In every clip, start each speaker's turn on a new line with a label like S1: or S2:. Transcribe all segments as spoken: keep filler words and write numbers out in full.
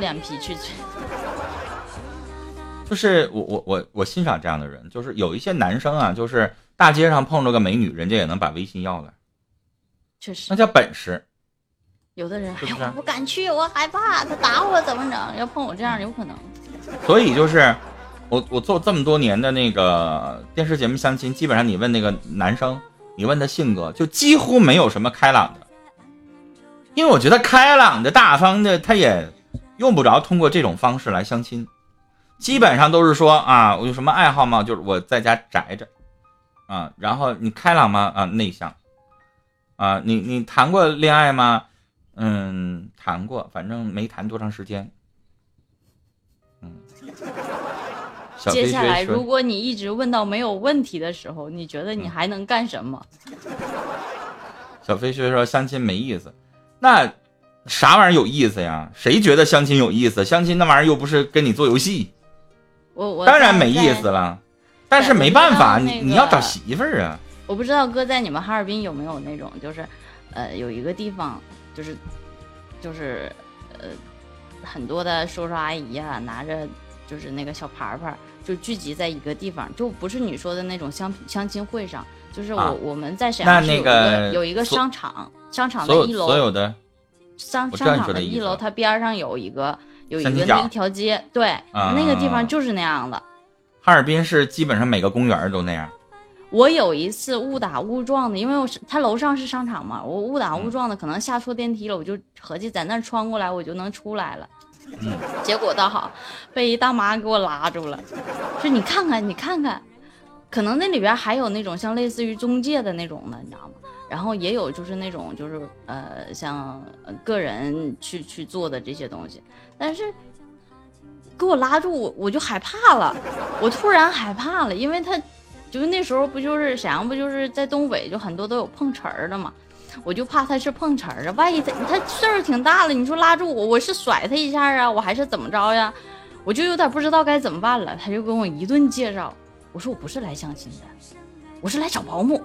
S1: 脸皮去
S2: 就是我我我我欣赏这样的人，就是有一些男生啊，就是大街上碰着个美女，人家也能把微信要来，
S1: 确实
S2: 那叫本事。
S1: 有的人，
S2: 是不是
S1: 哎，我不敢去，我害怕他打我怎么整？要碰我这样有可能。
S2: 所以就是我我做这么多年的那个电视节目相亲，基本上你问那个男生，你问他性格，就几乎没有什么开朗的，因为我觉得开朗的大方的他也用不着通过这种方式来相亲，基本上都是说啊，我有什么爱好吗？就是我在家宅着啊，然后你开朗吗？啊，内向啊，你你谈过恋爱吗？嗯，谈过，反正没谈多长时间。嗯，小
S1: 接下来，
S2: 飞说
S1: 如果你一直问到没有问题的时候，你觉得你还能干什么？
S2: 小飞学说相亲没意思，那啥玩意儿有意思呀？谁觉得相亲有意思？相亲那玩意儿又不是跟你做游戏，
S1: 我我
S2: 当然没意思了。但是没办法，你、
S1: 那个、
S2: 你要找媳妇儿啊。
S1: 我不知道哥在你们哈尔滨有没有那种，就是呃有一个地方，就是就是呃很多的叔叔阿姨啊，拿着就是那个小牌牌，就聚集在一个地方，就不是你说的那种相相亲会上。就是我、啊、我们在沈阳市有一个、那个、有一个商场，商场的一楼，
S2: 所有的
S1: 商商场的一楼，它边上有一个有一个那一条街，对、啊，那个地方就是那样的。
S2: 哈尔滨市基本上每个公园都那样。
S1: 我有一次误打误撞的，因为我是它楼上是商场嘛，我误打误撞的，可能下错电梯了，我就合计在那穿过来，我就能出来了。
S2: 嗯，
S1: 结果倒好，被一大妈给我拉住了，说你看看，你看看。可能那里边还有那种像类似于中介的那种的，你知道吗？然后也有就是那种就是呃像个人去去做的这些东西，但是给我拉住我我就害怕了，我突然害怕了，因为他就是那时候不就是沈阳不就是在东北就很多都有碰瓷儿的嘛，我就怕他是碰瓷儿的，万一他他岁数挺大了，你说拉住我，我是甩他一下啊，我还是怎么着呀？我就有点不知道该怎么办了，他就跟我一顿介绍。我说我不是来相亲的，我是来找保姆。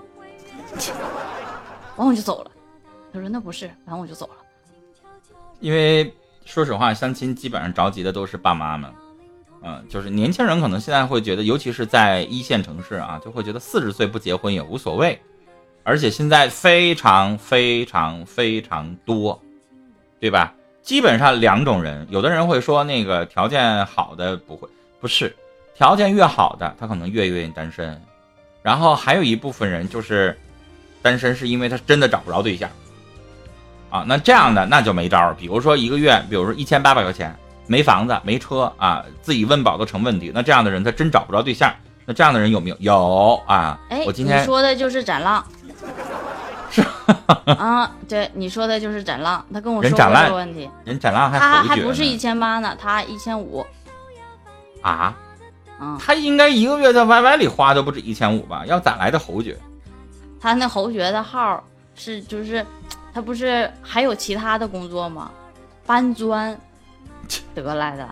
S1: 完我就走了。他说那不是，完我就走了。
S2: 因为说实话，相亲基本上着急的都是爸妈们，嗯，就是年轻人可能现在会觉得，尤其是在一线城市啊，就会觉得四十岁不结婚也无所谓，而且现在非常非常非常多，对吧？基本上两种人，有的人会说那个条件好的不会，不是。条件越好的他可能越愿意单身，然后还有一部分人就是单身是因为他真的找不着对象啊，那这样的那就没招，比如说一个月比如说一千八百块钱，没房子没车啊，自己温饱都成问题，那这样的人他真找不着对象，那这样的人有没有？有啊。
S1: 哎，
S2: 我今天
S1: 你说的就是展浪
S2: 是
S1: 啊，对，你说的就是展浪，他跟我说过这个问题，
S2: 人展浪还
S1: 他还不是一千八呢，他一千五
S2: 啊。
S1: 嗯，
S2: 他应该一个月在 Y Y 里花都不止一千五吧？要咋来的侯爵？
S1: 他那侯爵的号是就是，他不是还有其他的工作吗？搬砖得来的。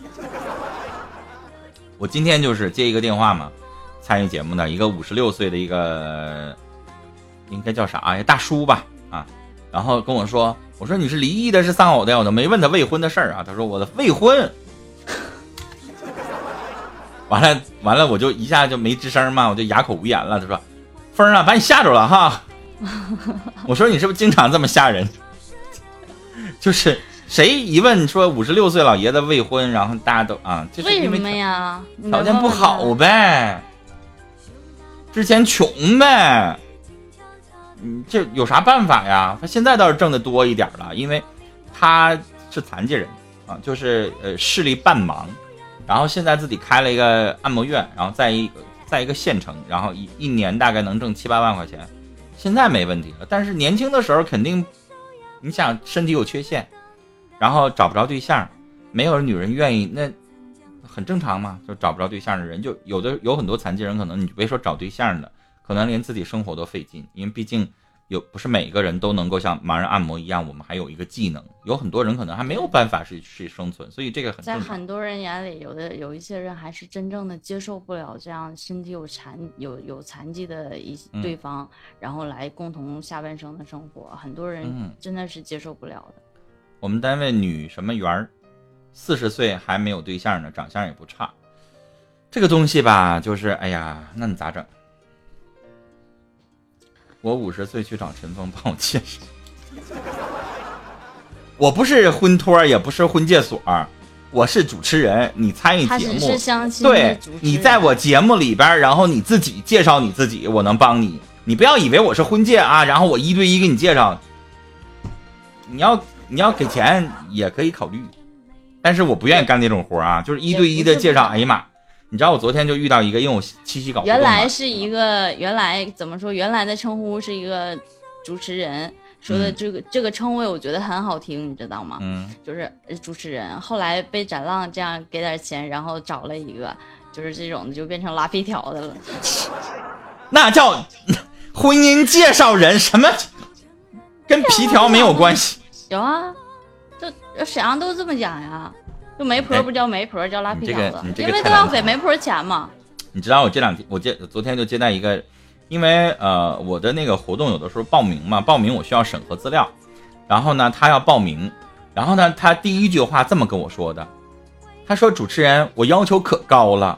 S2: 我今天就是接一个电话嘛，参与节目的一个五十六岁的一个，应该叫啥呀？大叔吧啊，然后跟我说，我说你是离异的，是丧偶的呀？我都没问他未婚的事儿啊。他说我的未婚。完了完了，我就一下就没吱声嘛，我就哑口无言了。他说：“风啊，把你吓着了哈。”我说：“你是不是经常这么吓人？”就是谁一问说五十六岁老爷子未婚，然后大家都啊，就是因为
S1: 为什么呀？
S2: 条件不好呗，之前穷呗。嗯，这有啥办法呀？他现在倒是挣得多一点了，因为他是残疾人啊，就是呃视力半盲。然后现在自己开了一个按摩院，然后在一个在一个县城，然后一一年大概能挣七八万块钱，现在没问题了。但是年轻的时候肯定，你想身体有缺陷，然后找不着对象，没有女人愿意，那很正常嘛。就找不着对象的人，就有的有很多残疾人，可能你别说找对象的，可能连自己生活都费劲，因为毕竟有不是每一个人都能够像盲人按摩一样，我们还有一个技能，有很多人可能还没有办法去去生存，所以这个很正常。
S1: 在很多人眼里，有的有一些人还是真正的接受不了这样身体有残有有残疾的一对方、嗯，然后来共同下半生的生活，很多人真的是接受不了的。
S2: 嗯、我们单位女什么园四十岁还没有对象呢，长相也不差。这个东西吧，就是哎呀，那你咋整？我五十岁去找陈峰帮我介绍。我不是婚托，也不是婚介所，我是主持人。你参与节目，
S1: 他只是相亲
S2: 对，你在我节目里边，然后你自己介绍你自己，我能帮你。你不要以为我是婚介啊，然后我一对一给你介绍。你要你要给钱也可以考虑，但是我不愿意干那种活啊，就是一对一的介绍。哎呀妈！你知道我昨天就遇到一个，因为我七夕搞活动嘛，
S1: 原来是一个原来怎么说？原来的称呼是一个主持人说的这个、嗯、这个称谓，我觉得很好听，你知道吗？
S2: 嗯，
S1: 就是主持人。后来被展浪这样给点钱，然后找了一个就是这种的，就变成拉皮条的了。
S2: 那叫婚姻介绍人，什么跟皮条没有关系？
S1: 有啊，就沈阳都这么讲呀。就媒婆不叫媒婆，哎、叫拉皮条子、
S2: 这个，
S1: 因为都要给媒婆钱嘛。
S2: 你知道我这两天，我接昨天就接待一个，因为呃我的那个活动有的时候报名嘛，报名我需要审核资料，然后呢他要报名，然后呢他第一句话这么跟我说的，他说主持人我要求可高了，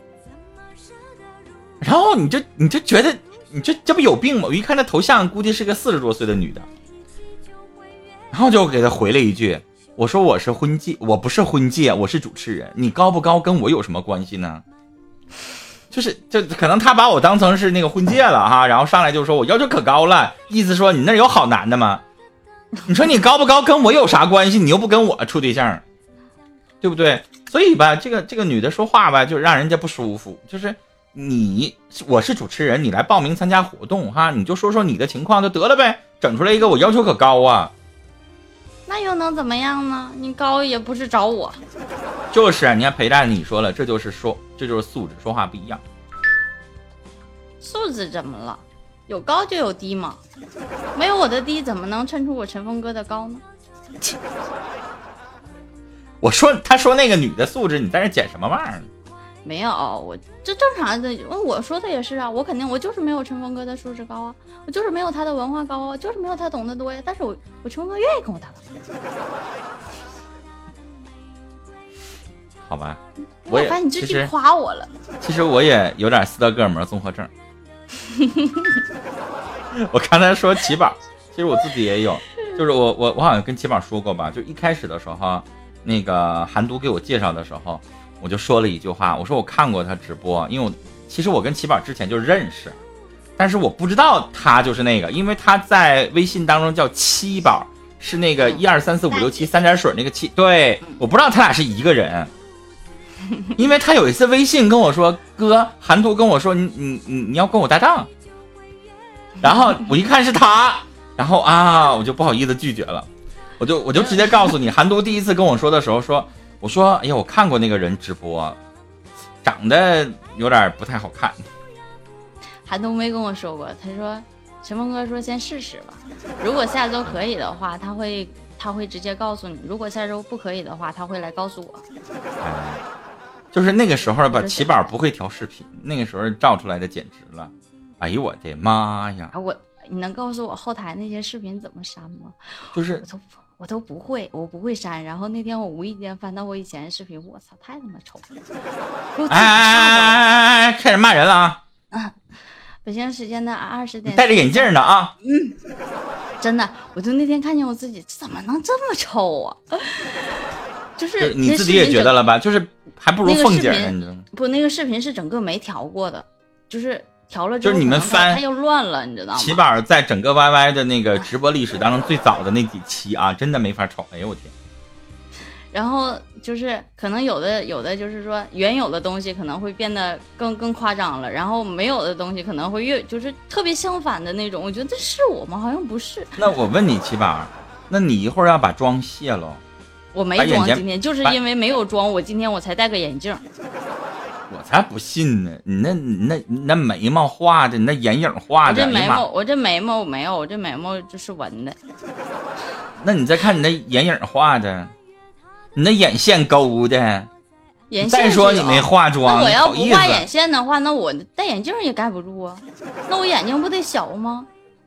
S2: 然后你就你就觉得你这这不有病吗？我一看他头像估计是个四十多岁的女的，然后就给他回了一句。我说我是婚介，我不是婚介，我是主持人。你高不高跟我有什么关系呢？就是就可能他把我当成是那个婚介了哈，然后上来就说我要求可高了，意思说你那有好男的吗？你说你高不高跟我有啥关系？你又不跟我处对象，对不对？所以吧，这个这个女的说话吧，就让人家不舒服。就是你我是主持人，你来报名参加活动哈，你就说说你的情况就得了呗，整出来一个我要求可高啊。
S1: 那又能怎么样呢？你高也不是找我，
S2: 就是你看陪战你说了，这就是说这就是素质，说话不一样。
S1: 素质怎么了？有高就有低嘛，没有我的低怎么能衬出我陈峰哥的高呢？
S2: 我说他说那个女的素质，你在这捡什么玩意儿？
S1: 没有，我这正常的，我说的也是啊，我肯定我就是没有陈峰哥的素质高啊，我就是没有他的文化高啊，就是没有他懂得多呀，但是我我陈峰哥愿意跟我打打。
S2: 好吧，
S1: 我也发现你最近夸我了。
S2: 其实我也有点斯德哥尔摩综合症。我刚才说齐宝，其实我自己也有，就是我我我好像跟齐宝说过吧，就一开始的时候，那个韩都给我介绍的时候。我就说了一句话，我说我看过他直播，因为我其实我跟齐宝之前就认识，但是我不知道他就是那个，因为他在微信当中叫七宝，是那个一二三四五六七三点水那个七，对，我不知道他俩是一个人，因为他有一次微信跟我说，哥，韩图跟我说你你你你要跟我搭档，然后我一看是他，然后啊我就不好意思拒绝了，我就我就直接告诉你，韩图第一次跟我说的时候说。我说哎呀我看过那个人直播，长得有点不太好看。
S1: 韩东没跟我说过，他说陈峰哥说先试试吧，如果下周可以的话他会他会直接告诉你，如果下周不可以的话他会来告诉我。
S2: 哎，就是那个时候吧，齐宝不会调视频，那个时候照出来的简直了，哎呦我的妈呀！
S1: 我你能告诉我后台那些视频怎么删吗？
S2: 就是
S1: 我都我都不会，我不会删。然后那天我无意间翻到我以前的视频，我操，太他妈丑了！
S2: 哎哎哎哎，开始骂人了啊！
S1: 啊，北京时间的二十点，
S2: 戴着眼镜呢啊！
S1: 嗯，真的，我就那天看见我自己，怎么能这么丑啊？就是
S2: 你自己也觉得了吧？就是还不如凤姐呢，你知道吗？
S1: 不，那个视频是整个没调过的，就是调了之
S2: 后，就是你们翻，
S1: 它又乱了，你知道吗？
S2: 齐宝在整个 Y Y 的那个直播历史当中最早的那几期啊，真的没法瞅。哎呦我天！
S1: 然后就是可能有的有的就是说原有的东西可能会变得更更夸张了，然后没有的东西可能会越就是特别相反的那种。我觉得这是我吗？好像不是。
S2: 那我问你，齐宝，那你一会儿要把妆卸了？
S1: 我没妆，今天就是因为没有妆，我今天我才戴个眼镜。
S2: 我才不信呢！你那你那你那眉毛画的，你那眼影画的，
S1: 我这眉毛，我这眉毛没有，我这眉毛就是纹的。
S2: 那你再看你那眼影画的，你那眼线勾的，
S1: 眼线
S2: 再说你没化妆，
S1: 那我要不画眼线的话，那我戴眼镜也盖不住啊。那我眼睛不得小吗？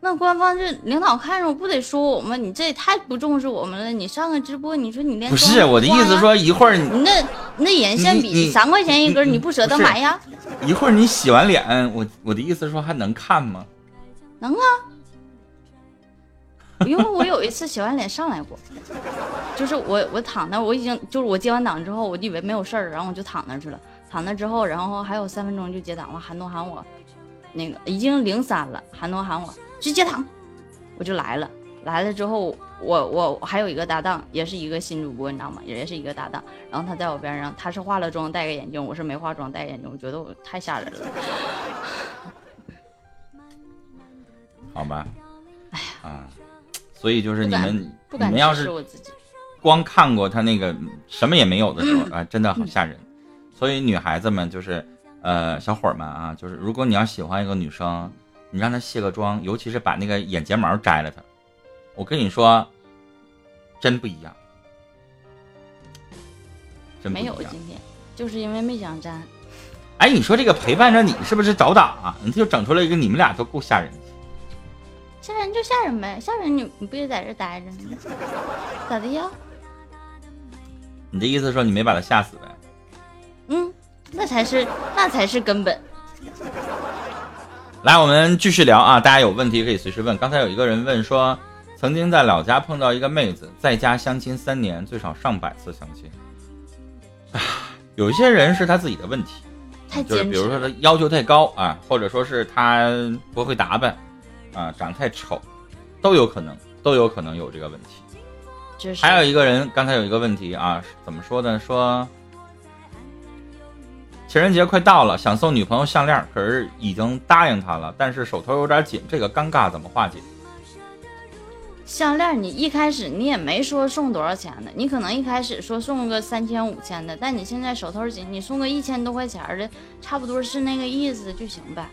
S1: 那官方这领导看着我不得说我吗？你这也太不重视我们了！你上个直播，你说你连
S2: 不是我的意思说一会儿
S1: 你那那眼线笔三块钱一根，你不舍得买呀？
S2: 一会儿你洗完脸，我我的意思说还能看吗？
S1: 能啊，因为我有一次洗完脸上来过，就是我我躺那，我已经就是我接完档之后，我以为没有事儿，然后我就躺那去了。躺那之后，然后还有三分钟就接档了，韩东喊我，那个已经零三了，韩东喊我去接档，我就来了。来了之后，我我还有一个搭档，也是一个新主播，你知道吗？也是一个搭档。然后他在我边上，他是化了妆戴个眼镜，我是没化妆戴眼镜，我觉得我太吓人了。
S2: 好吧，
S1: 哎呀
S2: 啊，所以就是你们
S1: 不敢
S2: 你们要是光看过他那个什么也没有的时候、嗯、啊，真的好吓人。所以女孩子们就是呃小伙们啊，就是如果你要喜欢一个女生，你让她卸个妆，尤其是把那个眼睫毛摘了她，我跟你说真不一样，真不一样。
S1: 没有今天就是因为没想粘。
S2: 哎，你说这个陪伴着你是不是找打啊？你就整出来一个你们俩都够吓人的。
S1: 吓人就吓人呗，吓人你你不就在这待着呢？咋的呀？
S2: 你这意思说你没把他吓死呗？
S1: 嗯，那才是那才是根本。
S2: 来，我们继续聊啊！大家有问题可以随时问。刚才有一个人问说，曾经在老家碰到一个妹子，在家相亲三年，最少上百次相亲。啊，有一些人是他自己的问题，
S1: 太坚持，
S2: 就是比如说他要求太高啊，或者说是他不会打扮啊，长得太丑，都有可能，都有可能有这个问题。还有一个人，刚才有一个问题啊，怎么说呢？说情人节快到了，想送女朋友项链，可是已经答应她了，但是手头有点紧，这个尴尬怎么化解？
S1: 项链你一开始你也没说送多少钱的，你可能一开始说送个三千五千的，但你现在手头紧，你送个一千多块钱的，差不多是那个意思就行呗。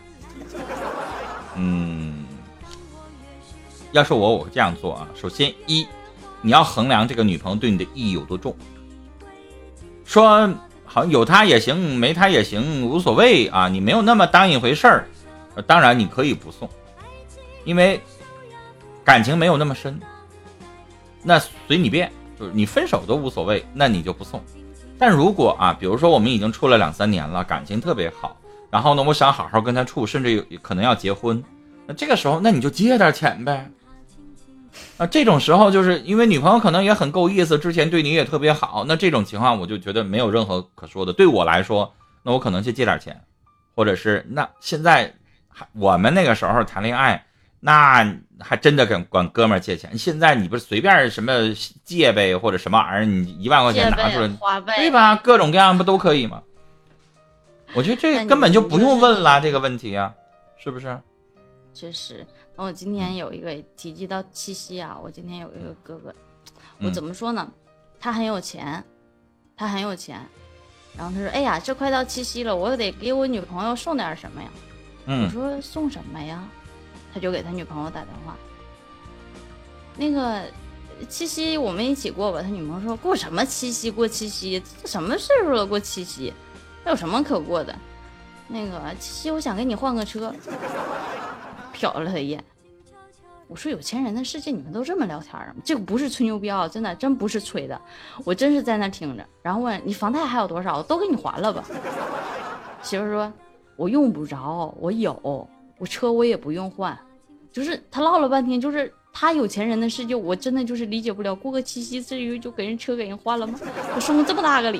S2: 嗯，要是我，我会这样做啊。首先一，你要衡量这个女朋友对你的意义有多重，说好像有她也行，没她也行，无所谓啊，你没有那么当一回事儿，当然你可以不送，因为感情没有那么深，那随你便，就是你分手都无所谓，那你就不送。但如果啊，比如说我们已经处了两三年了，感情特别好，然后呢，我想好好跟他处，甚至有可能要结婚，那这个时候，那你就借点钱呗。啊，这种时候就是因为女朋友可能也很够意思，之前对你也特别好，那这种情况我就觉得没有任何可说的。对我来说，那我可能去借点钱，或者是那现在我们那个时候谈恋爱，那还真的跟管哥们儿借钱。现在你不是随便什么借呗，或者什么玩意儿，你一万块钱拿出来，对吧？各种各样不都可以吗？我觉得这根本就不用问了这个问题啊，是不是？
S1: 确实。我今天有一个提及到七夕啊，我今天有一个哥哥，我怎么说呢？他很有钱，他很有钱，然后他说：“哎呀，这快到七夕了，我得给我女朋友送点什么呀？”
S2: 嗯，
S1: 我说：“送什么呀？”他就给他女朋友打电话。那个七夕我们一起过吧？他女朋友说：“过什么七夕？过七夕？这什么岁数了？过七夕？这有什么可过的？那个七夕，我想给你换个车。”瞟了他一眼，我说：“有钱人的世界，你们都这么聊天吗？这个不是吹牛逼啊，真的，真不是吹的，我真是在那听着。然后问你房贷还有多少，都给你还了吧。”媳妇说：“我用不着，我有，我车我也不用换。”就是他唠了半天，就是他有钱人的世界，我真的就是理解不了。过个七夕，至于就给人车给人换了吗？我送了这么大个礼。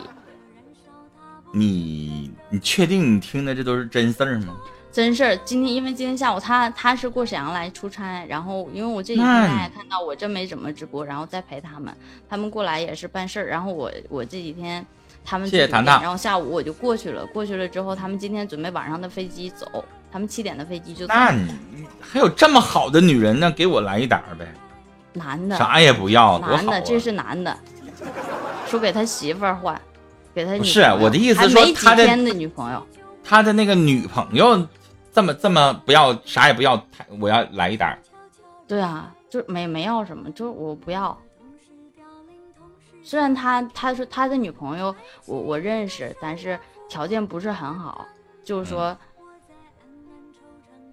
S2: 你你确定你听的这都是真事儿吗？
S1: 真事儿，今天因为今天下午他他是过沈阳来出差，然后因为我这几天大家看到我真没怎么直播，然后再陪他们，他们过来也是办事儿，然后我我这几天他们
S2: 谢谢糖糖，
S1: 然后下午我就过去了，过去了之后他们今天准备晚上的飞机走，他们七点的飞机就走。
S2: 那你还有这么好的女人呢，给我来一打呗。
S1: 男的
S2: 啥也不要，
S1: 男的
S2: 多好啊，
S1: 这是男的，说给他媳妇儿换，给他女朋友。
S2: 不是我的意思说他的
S1: 还没几天的女朋友，
S2: 他的那个女朋友。这么这么不要啥也不要，我要来一打。
S1: 对啊，就没没要什么，就是我不要。虽然他他说他的女朋友我我认识，但是条件不是很好，就是说，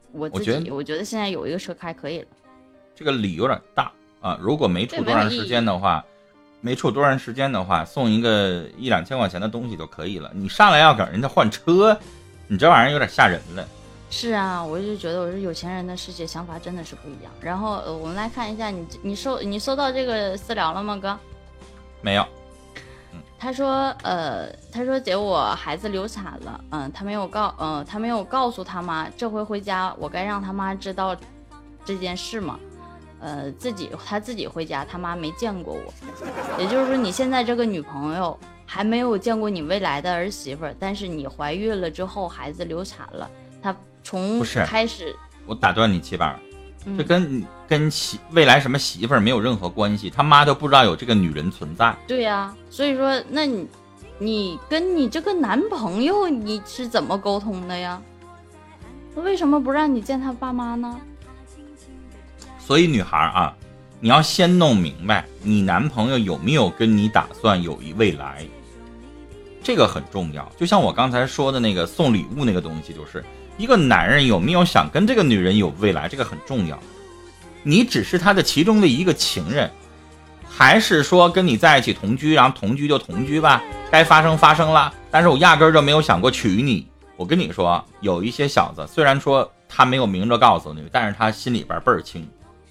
S1: 我自己，我觉, 我觉得现在有一个车开可以了。
S2: 这个礼有点大啊，如果没处多长时间的话，没处多长时间的话，送一个一两千块钱的东西就可以了。你上来要给人家换车，你这玩意儿有点吓人了。
S1: 是啊，我就觉得我是有钱人的世界想法真的是不一样。然后、呃、我们来看一下你你收你收到这个私聊了吗哥？
S2: 没有。
S1: 嗯、他说呃他说姐我孩子流产了，嗯他没有告呃他没有告诉他妈，这回回家我该让他妈知道这件事吗？呃自己他自己回家他妈没见过我，也就是说你现在这个女朋友还没有见过你未来的儿媳妇，但是你怀孕了之后孩子流产了，他从开始，
S2: 我打断你七宝，这跟跟媳未来什么媳妇儿没有任何关系，他妈都不知道有这个女人存在。
S1: 对呀、啊，所以说，那你你跟你这个男朋友你是怎么沟通的呀？为什么不让你见他爸妈呢？
S2: 所以女孩啊，你要先弄明白你男朋友有没有跟你打算有一未来，这个很重要。就像我刚才说的那个送礼物那个东西，就是一个男人有没有想跟这个女人有未来，这个很重要。你只是他的其中的一个情人，还是说跟你在一起同居，然后同居就同居吧，该发生发生了，但是我压根儿就没有想过娶你。我跟你说，有一些小子虽然说他没有明着告诉你，但是他心里边倍儿清，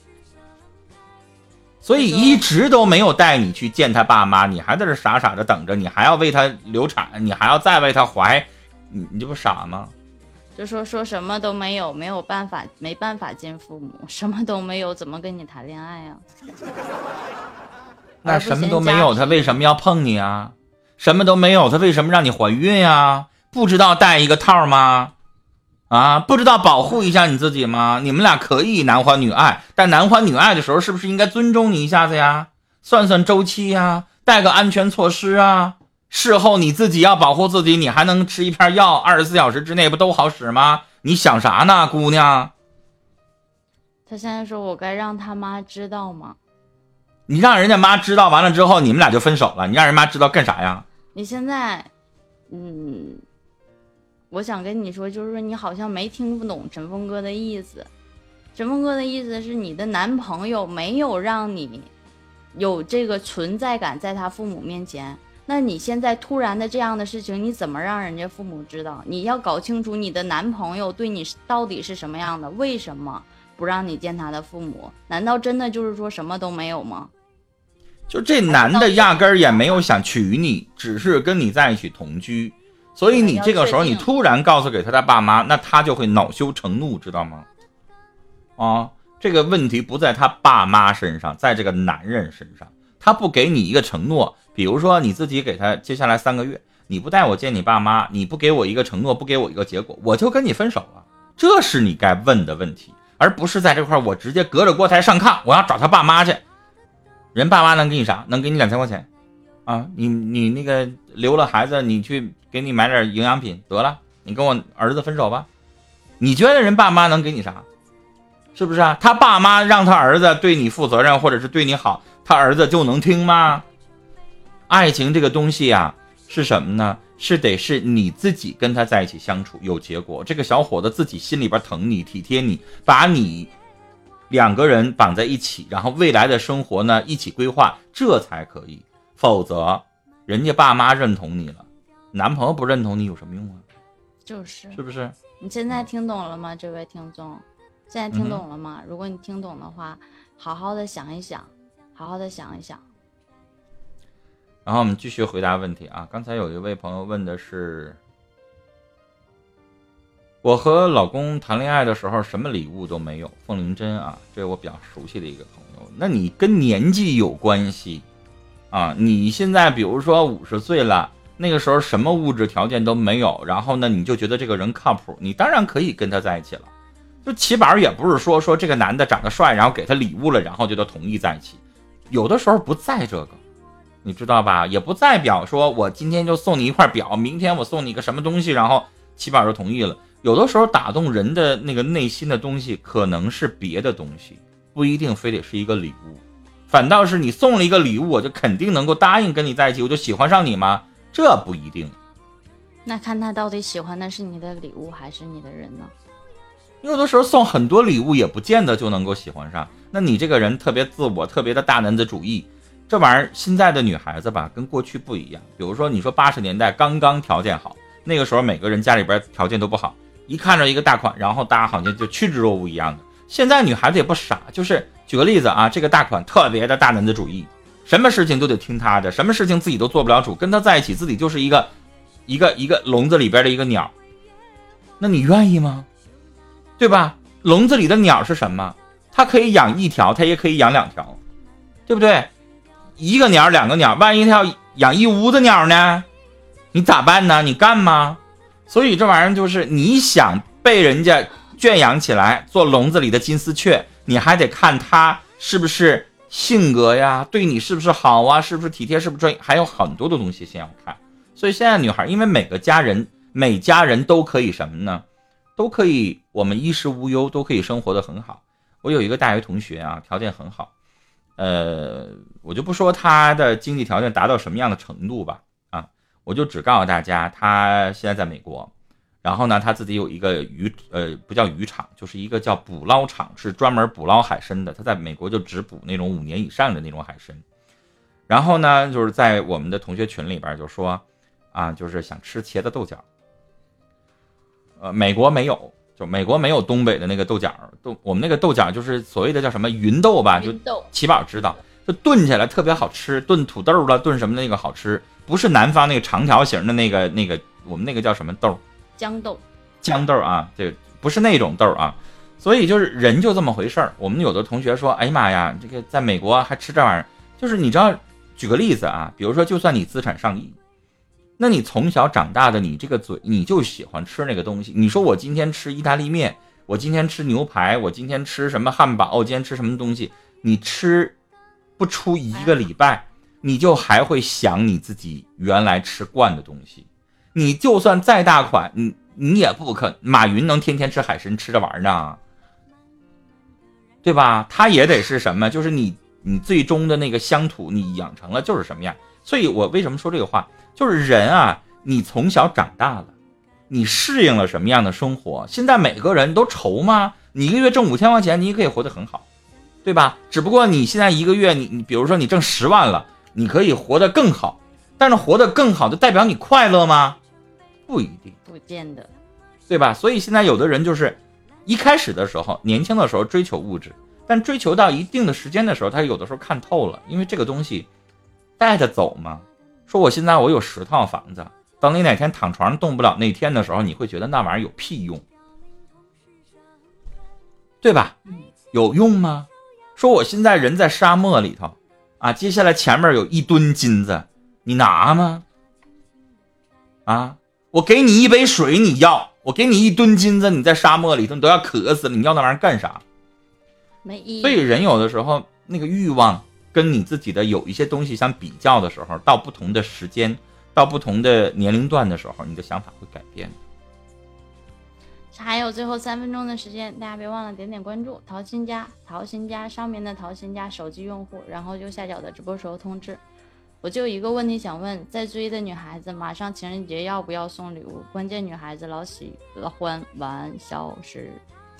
S2: 所以一直都没有带你去见他爸妈，你还在这傻傻的等着，你还要为他流产，你还要再为他怀，你你这不傻吗？
S1: 就说说什么都没有，没有办法，没办法见父母，什么都没有，怎么跟你谈恋爱呀、啊？
S2: 那什么都没有，他为什么要碰你啊？什么都没有，他为什么让你怀孕呀？不知道带一个套吗？啊，不知道保护一下你自己吗？你们俩可以男欢女爱，但男欢女爱的时候，是不是应该尊重你一下子呀？算算周期呀，带个安全措施啊。事后你自己要保护自己，你还能吃一片药，二十四小时之内不都好使吗？你想啥呢，姑娘？
S1: 他现在说我该让他妈知道吗？
S2: 你让人家妈知道完了之后，你们俩就分手了，你让人妈知道干啥呀？
S1: 你现在，嗯，我想跟你说，就是说你好像没听不懂陈峰哥的意思。陈峰哥的意思是你的男朋友没有让你有这个存在感在他父母面前。那你现在突然的这样的事情，你怎么让人家父母知道？你要搞清楚你的男朋友对你到底是什么样的，为什么不让你见他的父母？难道真的就是说什么都没有吗？
S2: 就这男的压根儿也没有想娶你，只是跟你在一起同居，所以你这个时候你突然告诉给他的爸妈，那他就会恼羞成怒，知道吗？啊，这个问题不在他爸妈身上，在这个男人身上，他不给你一个承诺。比如说你自己给他接下来三个月，你不带我见你爸妈，你不给我一个承诺，不给我一个结果，我就跟你分手了。这是你该问的问题，而不是在这块我直接隔着锅台上炕，我要找他爸妈去。人爸妈能给你啥？能给你两千块钱啊？你你那个留了孩子，你去给你买点营养品得了，你跟我儿子分手吧。你觉得人爸妈能给你啥？是不是啊？他爸妈让他儿子对你负责任，或者是对你好，他儿子就能听吗？爱情这个东西啊，是什么呢？是得是你自己跟他在一起相处有结果，这个小伙子自己心里边疼你体贴你，把你两个人绑在一起，然后未来的生活呢一起规划，这才可以。否则人家爸妈认同你了，男朋友不认同你有什么用啊？
S1: 就是
S2: 是不是？
S1: 你现在听懂了吗，这位听众？现在听懂了吗？嗯、如果你听懂的话，好好的想一想，好好的想一想。
S2: 然后我们继续回答问题啊。刚才有一位朋友问的是，我和老公谈恋爱的时候什么礼物都没有。凤玲珍啊，这是我比较熟悉的一个朋友。那你跟年纪有关系啊？你现在比如说五十岁了，那个时候什么物质条件都没有，然后呢你就觉得这个人靠谱，你当然可以跟他在一起了。就起码也不是说说这个男的长得帅，然后给他礼物了，然后就都同意在一起。有的时候不在这个，你知道吧？也不代表说我今天就送你一块表，明天我送你个什么东西，然后起码就同意了。有的时候打动人的那个内心的东西可能是别的东西，不一定非得是一个礼物。反倒是你送了一个礼物，我就肯定能够答应跟你在一起，我就喜欢上你吗？这不一定。
S1: 那看他到底喜欢的是你的礼物还是你的人呢？
S2: 有的时候送很多礼物也不见得就能够喜欢上。那你这个人特别自我，特别的大男子主义，这玩意儿现在的女孩子吧跟过去不一样。比如说你说八十年代刚刚条件好，那个时候每个人家里边条件都不好，一看着一个大款，然后大家好像就趋之若鹜一样的。现在女孩子也不傻，就是举个例子啊，这个大款特别的大男子主义，什么事情都得听他的，什么事情自己都做不了主，跟他在一起自己就是一个一个一个笼子里边的一个鸟，那你愿意吗？对吧？笼子里的鸟是什么？它可以养一条，它也可以养两条，对不对？一个鸟两个鸟，万一它要养一屋子鸟呢？你咋办呢？你干吗？所以这玩意儿就是你想被人家圈养起来做笼子里的金丝雀，你还得看它是不是性格呀，对你是不是好啊，是不是体贴，是不是专业，还有很多的东西先要看。所以现在女孩，因为每个家人每家人都可以什么呢？都可以我们衣食无忧，都可以生活得很好。我有一个大学同学啊，条件很好，呃，我就不说他的经济条件达到什么样的程度吧，啊，我就只告诉大家，他现在在美国，然后呢，他自己有一个渔，呃，不叫渔场，就是一个叫捕捞场，是专门捕捞海参的。他在美国就只捕那种五年以上的那种海参。然后呢，就是在我们的同学群里边就说，啊，就是想吃茄子豆角。呃，美国没有，就美国没有东北的那个豆角，豆我们那个豆角就是所谓的叫什么芸豆吧，就起宝知道，就炖起来特别好吃，炖土豆了，炖什么的那个好吃，不是南方那个长条形的那个那个，我们那个叫什么豆？
S1: 豇豆。
S2: 豇豆啊，这个不是那种豆啊，所以就是人就这么回事儿。我们有的同学说，哎呀妈呀，这个在美国还吃这玩意儿，就是你知道，举个例子啊，比如说就算你资产上亿。那你从小长大的你这个嘴，你就喜欢吃那个东西。你说我今天吃意大利面，我今天吃牛排，我今天吃什么汉堡，我今天吃什么东西，你吃不出一个礼拜，你就还会想你自己原来吃惯的东西。你就算再大款，你你也不可，马云能天天吃海参吃着玩呢，对吧？他也得是什么，就是你你最终的那个乡土你养成了就是什么样。所以我为什么说这个话，就是人啊，你从小长大了，你适应了什么样的生活？现在每个人都愁吗？你一个月挣五千块钱，你也可以活得很好，对吧？只不过你现在一个月，你你比如说你挣十万了，你可以活得更好，但是活得更好就代表你快乐吗？不一定，
S1: 不见得，
S2: 对吧？所以现在有的人就是一开始的时候，年轻的时候追求物质，但追求到一定的时间的时候，他有的时候看透了，因为这个东西带着走嘛。说我现在我有十套房子，等你哪天躺床上动不了那天的时候，你会觉得那玩意儿有屁用，对吧？有用吗？说我现在人在沙漠里头啊，接下来前面有一吨金子，你拿吗？啊，我给你一杯水你要，我给你一吨金子，你在沙漠里头你都要渴死了，你要那玩意儿干啥？
S1: 没意义。
S2: 所以人有的时候那个欲望跟你自己的有一些东西相比较的时候，到不同的时间，到不同的年龄段的时候，你的想法会改变。
S1: 还有最后三分钟的时间，大家别忘了点点关注淘新家，淘新家上面的淘新家手机用户，然后右下角的直播时候通知。我就有一个问题想问，在追的女孩子马上情人节要不要送礼物？关键女孩子老喜欢玩消失。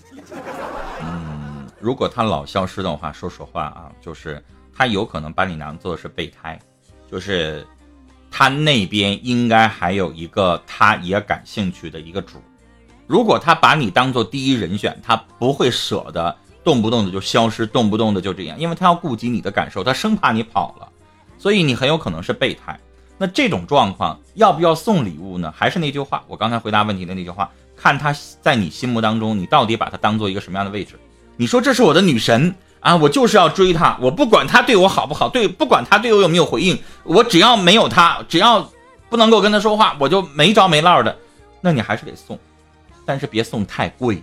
S2: 嗯，如果她老消失的话，说实话啊，就是她有可能把你当做是备胎，就是她那边应该还有一个她也感兴趣的一个主。如果她把你当做第一人选，她不会舍得动不动的就消失，动不动的就这样，因为她要顾及你的感受，她生怕你跑了，所以你很有可能是备胎。那这种状况要不要送礼物呢？还是那句话，我刚才回答问题的那句话，看她在你心目当中，你到底把她当做一个什么样的位置。你说这是我的女神啊，我就是要追她，我不管她对我好不好，对，不管她对我有没有回应，我只要没有她，只要不能够跟她说话，我就没着没落的，那你还是得送，但是别送太贵，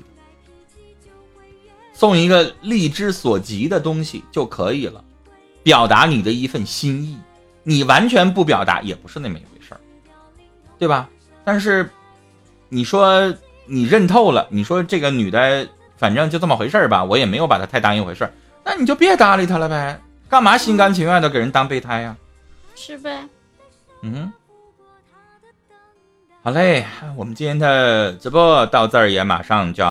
S2: 送一个力之所及的东西就可以了，表达你的一份心意。你完全不表达也不是那么一回事儿，对吧？但是你说你认透了，你说这个女的反正就这么回事儿吧，我也没有把她太当一回事儿，那你就别搭理她了呗，干嘛心甘情愿的给人当备胎呀？
S1: 是呗。
S2: 嗯，好嘞，我们今天的直播到这儿也马上就要